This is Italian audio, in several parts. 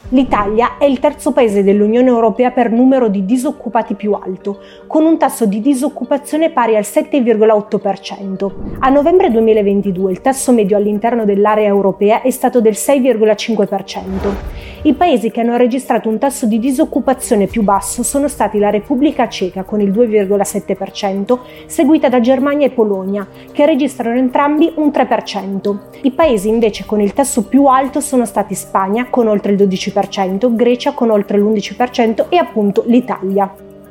L'Italia è il terzo paese dell'Unione Europea per numero di disoccupati più alto, con un tasso di disoccupazione pari al 7,8%. A novembre 2022 il tasso medio all'interno dell'area europea è stato del 6,5%. I paesi che hanno registrato un tasso di disoccupazione più basso sono stati la Repubblica Ceca con il 2,7%, seguita da Germania e Polonia, che registrano entrambi un 3%. I paesi invece con il tasso più alto sono stati Spagna con oltre il 12%, Grecia con oltre l'11% e appunto l'Italia.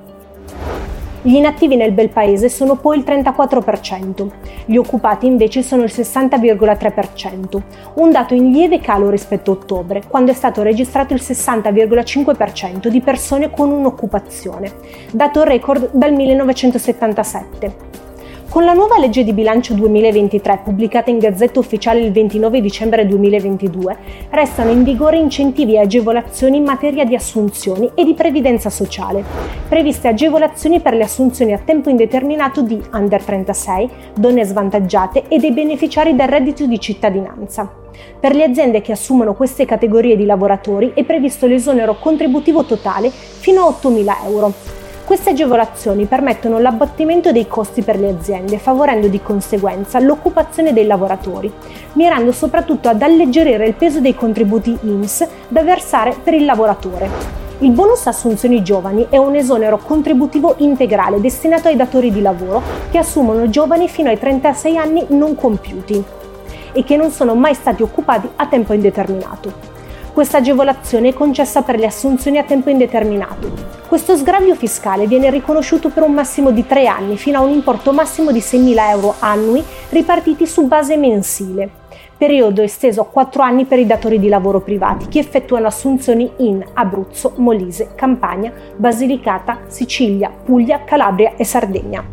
Gli inattivi nel bel paese sono poi il 34%, gli occupati invece sono il 60,3%, un dato in lieve calo rispetto a ottobre, quando è stato registrato il 60,5% di persone con un'occupazione, dato record dal 1977. Con la nuova legge di bilancio 2023, pubblicata in Gazzetta Ufficiale il 29 dicembre 2022, restano in vigore incentivi e agevolazioni in materia di assunzioni e di previdenza sociale. Previste agevolazioni per le assunzioni a tempo indeterminato di under 36, donne svantaggiate e dei beneficiari del reddito di cittadinanza. Per le aziende che assumono queste categorie di lavoratori è previsto l'esonero contributivo totale fino a 8.000 euro. Queste agevolazioni permettono l'abbattimento dei costi per le aziende, favorendo di conseguenza l'occupazione dei lavoratori, mirando soprattutto ad alleggerire il peso dei contributi INPS da versare per il lavoratore. Il bonus assunzioni giovani è un esonero contributivo integrale destinato ai datori di lavoro che assumono giovani fino ai 36 anni non compiuti e che non sono mai stati occupati a tempo indeterminato. Questa agevolazione è concessa per le assunzioni a tempo indeterminato. Questo sgravio fiscale viene riconosciuto per un massimo di 3 anni fino a un importo massimo di 6.000 euro annui ripartiti su base mensile, periodo esteso a 4 anni per i datori di lavoro privati che effettuano assunzioni in Abruzzo, Molise, Campania, Basilicata, Sicilia, Puglia, Calabria e Sardegna.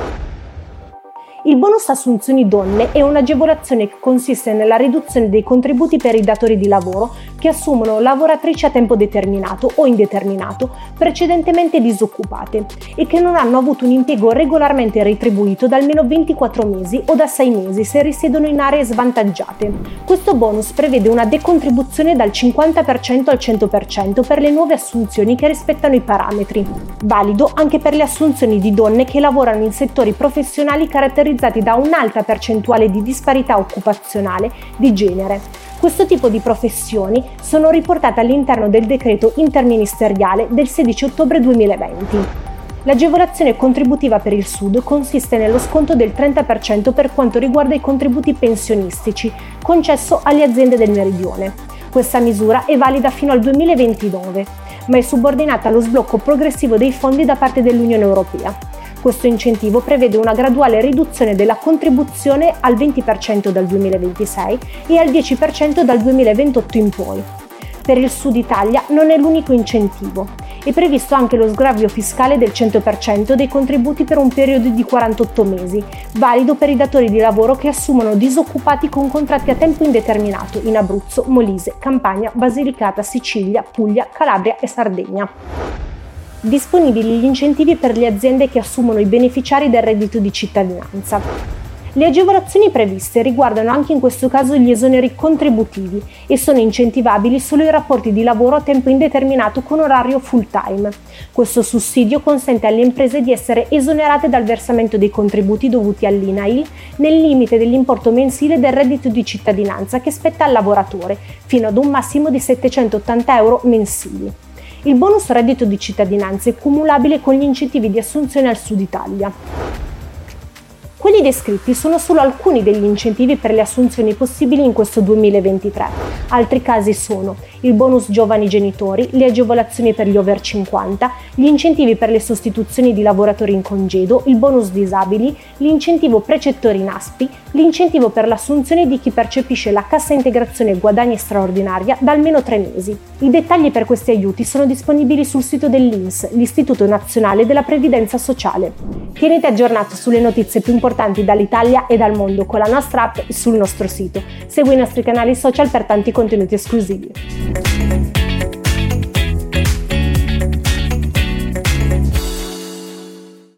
Il bonus assunzioni donne è un'agevolazione che consiste nella riduzione dei contributi per i datori di lavoro che assumono lavoratrici a tempo determinato o indeterminato precedentemente disoccupate e che non hanno avuto un impiego regolarmente retribuito da almeno 24 mesi o da 6 mesi se risiedono in aree svantaggiate. Questo bonus prevede una decontribuzione dal 50% al 100% per le nuove assunzioni che rispettano i parametri, valido anche per le assunzioni di donne che lavorano in settori professionali caratterizzati da un'alta percentuale di disparità occupazionale di genere. Questo tipo di professioni sono riportate all'interno del decreto interministeriale del 16 ottobre 2020. L'agevolazione contributiva per il Sud consiste nello sconto del 30% per quanto riguarda i contributi pensionistici concesso alle aziende del Meridione. Questa misura è valida fino al 2029, ma è subordinata allo sblocco progressivo dei fondi da parte dell'Unione Europea. Questo incentivo prevede una graduale riduzione della contribuzione al 20% dal 2026 e al 10% dal 2028 in poi. Per il Sud Italia non è l'unico incentivo. È previsto anche lo sgravio fiscale del 100% dei contributi per un periodo di 48 mesi, valido per i datori di lavoro che assumono disoccupati con contratti a tempo indeterminato in Abruzzo, Molise, Campania, Basilicata, Sicilia, Puglia, Calabria e Sardegna. Disponibili gli incentivi per le aziende che assumono i beneficiari del reddito di cittadinanza. Le agevolazioni previste riguardano anche in questo caso gli esoneri contributivi e sono incentivabili solo i rapporti di lavoro a tempo indeterminato con orario full time. Questo sussidio consente alle imprese di essere esonerate dal versamento dei contributi dovuti all'INAIL nel limite dell'importo mensile del reddito di cittadinanza che spetta al lavoratore, fino ad un massimo di 780 euro mensili. Il bonus reddito di cittadinanza è cumulabile con gli incentivi di assunzione al Sud Italia. Quelli descritti sono solo alcuni degli incentivi per le assunzioni possibili in questo 2023. Altri casi sono il bonus giovani genitori, le agevolazioni per gli over 50, gli incentivi per le sostituzioni di lavoratori in congedo, il bonus disabili, l'incentivo precettori NASPI, l'incentivo per l'assunzione di chi percepisce la cassa integrazione guadagni straordinaria da almeno 3 mesi. I dettagli per questi aiuti sono disponibili sul sito dell'INPS, l'Istituto Nazionale della Previdenza Sociale. Tieniti aggiornato sulle notizie più importanti dall'Italia e dal mondo con la nostra app e sul nostro sito. Segui i nostri canali social per tanti contenuti esclusivi.